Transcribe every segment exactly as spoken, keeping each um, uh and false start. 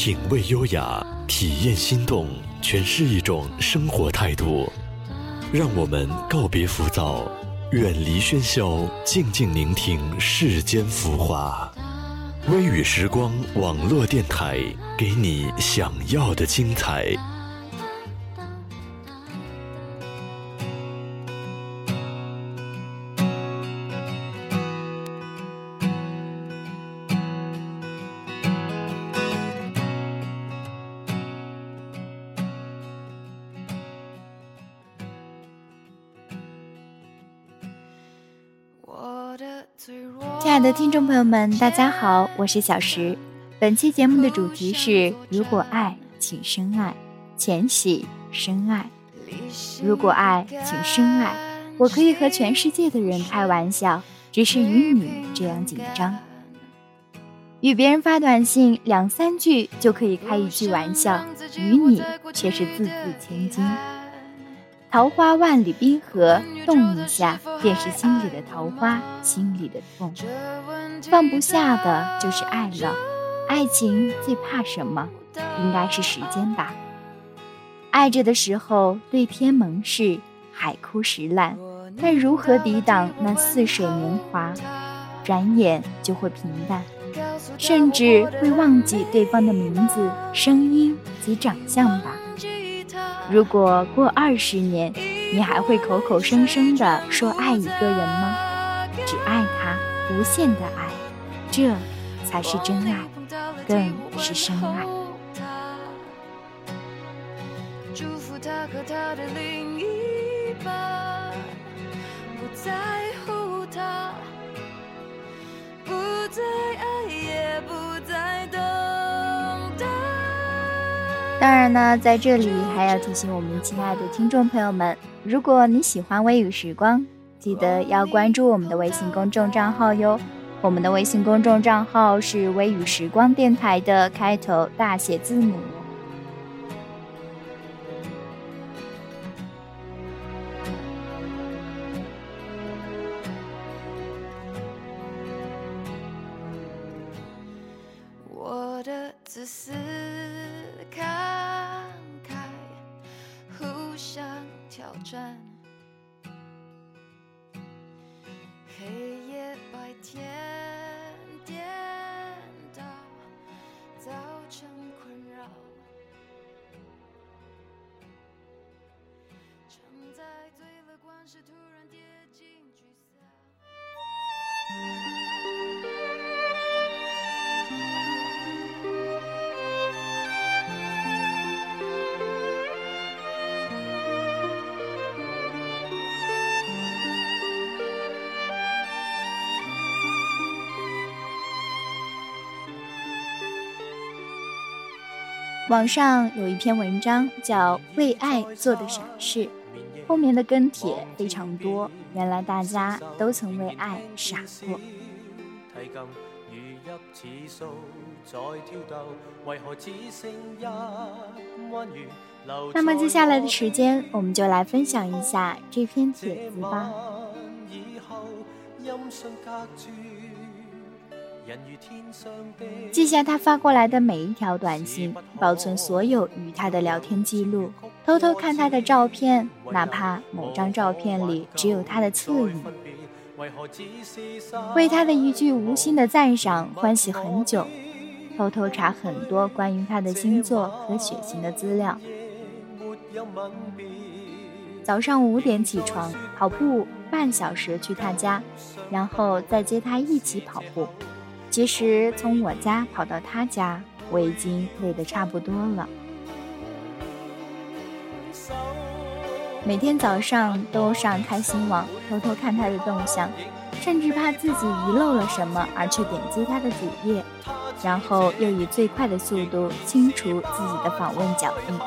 品味优雅，体验心动，全是一种生活态度。让我们告别浮躁，远离喧嚣，静静聆听世间浮华。微雨时光网络电台，给你想要的精彩。 亲爱的听众朋友们，大家好，我是小石。本期节目的主题是如果爱请深爱，浅喜深爱。如果爱请深爱，我可以和全世界的人开玩笑，只是与你这样紧张。与别人发短信两三句就可以开一句玩笑，与你却是字字千金。桃花万里冰河，动一下便是心里的桃花，心里的痛。放不下的就是爱了，爱情最怕什么？应该是时间吧。爱着的时候对天盟誓，海枯石烂，但如何抵挡那似水年华？转眼就会平淡，甚至会忘记对方的名字、声音及长相吧。如果过二十年，你还会口口声声地说爱一个人吗？只爱他，无限的爱，这才是真爱，更是深爱。 祝福他和他的另一半，不在乎他，不再爱，也不再等待。 当然呢，在这里还要提醒我们亲爱的听众朋友们，如果你喜欢微雨时光，记得要关注我们的微信公众账号哟。我们的微信公众账号是微雨时光电台的开头大写字母。 我的自私慷慨，互相挑战，黑夜白天颠倒，造成困扰，常在最乐观时突然跌进沮丧。 网上有一篇文章叫《为爱做的傻事》，后面的跟帖非常多，原来大家都曾为爱傻过。那么接下来的时间，我们就来分享一下这篇帖子吧。记下他发过来的每一条短信，保存所有与他的聊天记录，偷偷看他的照片，哪怕某张照片里只有他的侧影。为他的一句无心的赞赏欢喜很久，偷偷查很多关于他的星座和血型的资料。早上五点起床，跑步半小时去他家，然后再接他一起跑步。其实从我家跑到他家，我已经累得差不多了。每天早上都上开心网，偷偷看他的动向，甚至怕自己遗漏了什么而去点击他的主页，然后又以最快的速度清除自己的访问脚印。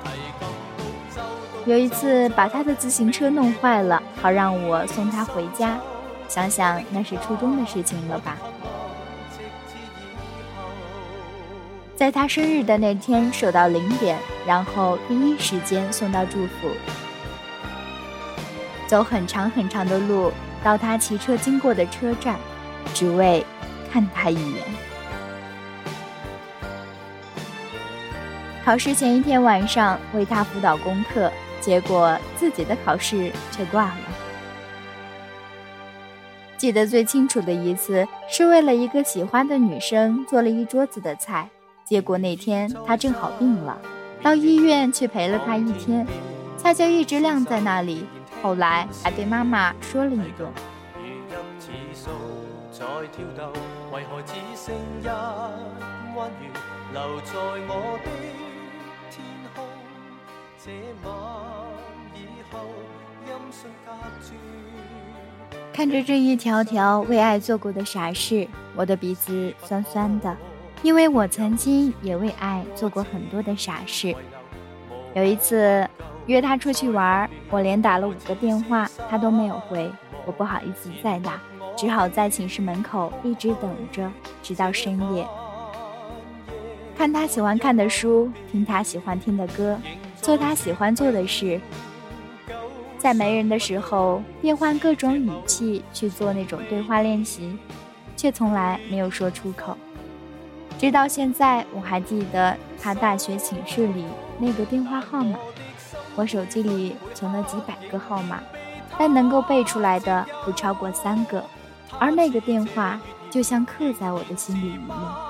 有一次把他的自行车弄坏了，好让我送他回家，想想那是初中的事情了吧。在他生日的那天守到零点，然后第一时间送到祝福。走很长很长的路，到他骑车经过的车站，只为看他一眼。 考试前一天晚上为他辅导功课，结果自己的考试却挂了。记得最清楚的一次是为了一个喜欢的女生做了一桌子的菜，结果那天她正好病了，到医院去陪了她一天，菜就一直晾在那里，后来还被妈妈说了一顿。看着这一条条为爱做过的傻事，我的鼻子酸酸的，因为我曾经也为爱做过很多的傻事。有一次约他出去玩，我连打了五个电话他都没有回，我不好意思再打，只好在寝室门口一直等着，直到深夜。看他喜欢看的书，听他喜欢听的歌，做他喜欢做的事，在没人的时候变换各种语气去做那种对话练习，却从来没有说出口。直到现在我还记得他大学寝室里那个电话号码，我手机里存了几百个号码，但能够背出来的不超过三个，而那个电话就像刻在我的心里一样。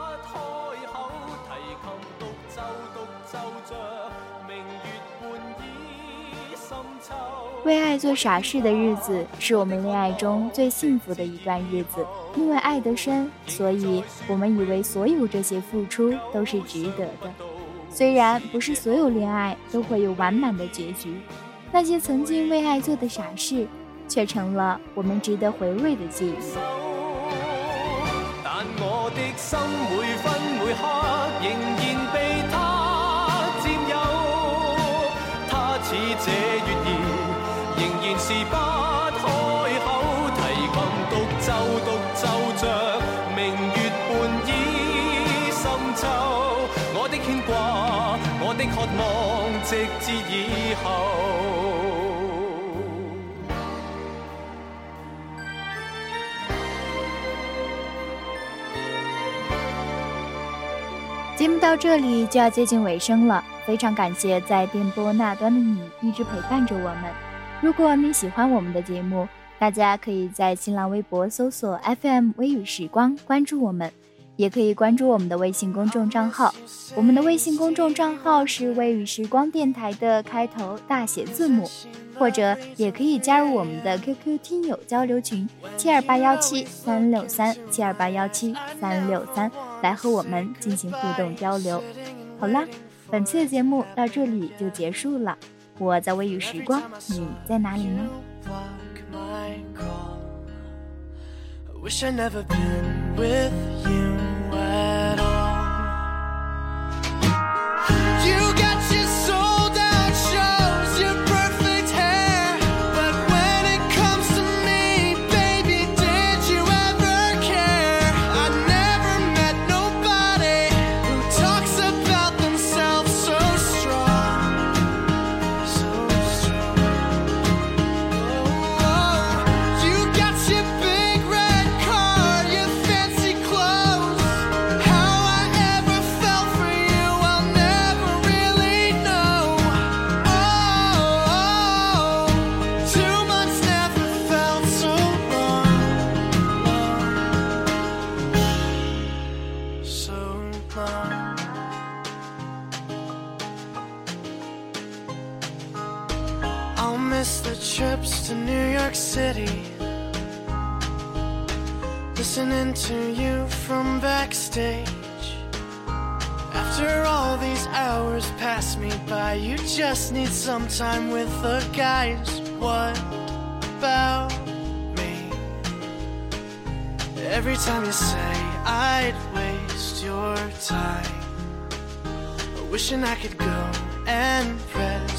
为爱做傻事的日子是我们恋爱中最幸福的一段日子，因为爱得深，所以我们以为所有这些付出都是值得的。虽然不是所有恋爱都会有完满的结局，那些曾经为爱做的傻事却成了我们值得回味的记忆。但我的心每分每刻仍然被他佔有，他似這月兒仍然是不開口，提琴獨奏獨奏着明月半倚深秋，我的牽掛，我的渴望，直至以後。节目到这里就要接近尾声了，非常感谢在电波那端的你一直陪伴着我们。如果你喜欢我们的节目，大家可以在新浪微博搜索 F M 微语时光关注我们，也可以关注我们的微信公众账号。我们的微信公众账号是微语时光电台的开头大写字母，或者也可以加入我们的 Q Q 听友交流群七二八幺七三六三七二八幺七三六三，来和我们进行互动交流。好啦，本期的节目到这里就结束了。我在微语时光，你在哪里呢？ Wish I never been with you at all. You got your sold out shows, your perfect hair, but when it comes to me, baby, did you ever care? I never met nobody who talks about themselves so strong, so strong. Oh, oh. You got your big red car, your fancy clothes. How I ever felt for you, I'll never really know. Oh, two months never felt so long, long, so long. I'll miss the trips to New York City, listening to you from backstage. After all these hours pass me by, you just need some time with the guys. What about me? Every time you say I'd waste your time, wishing I could go and press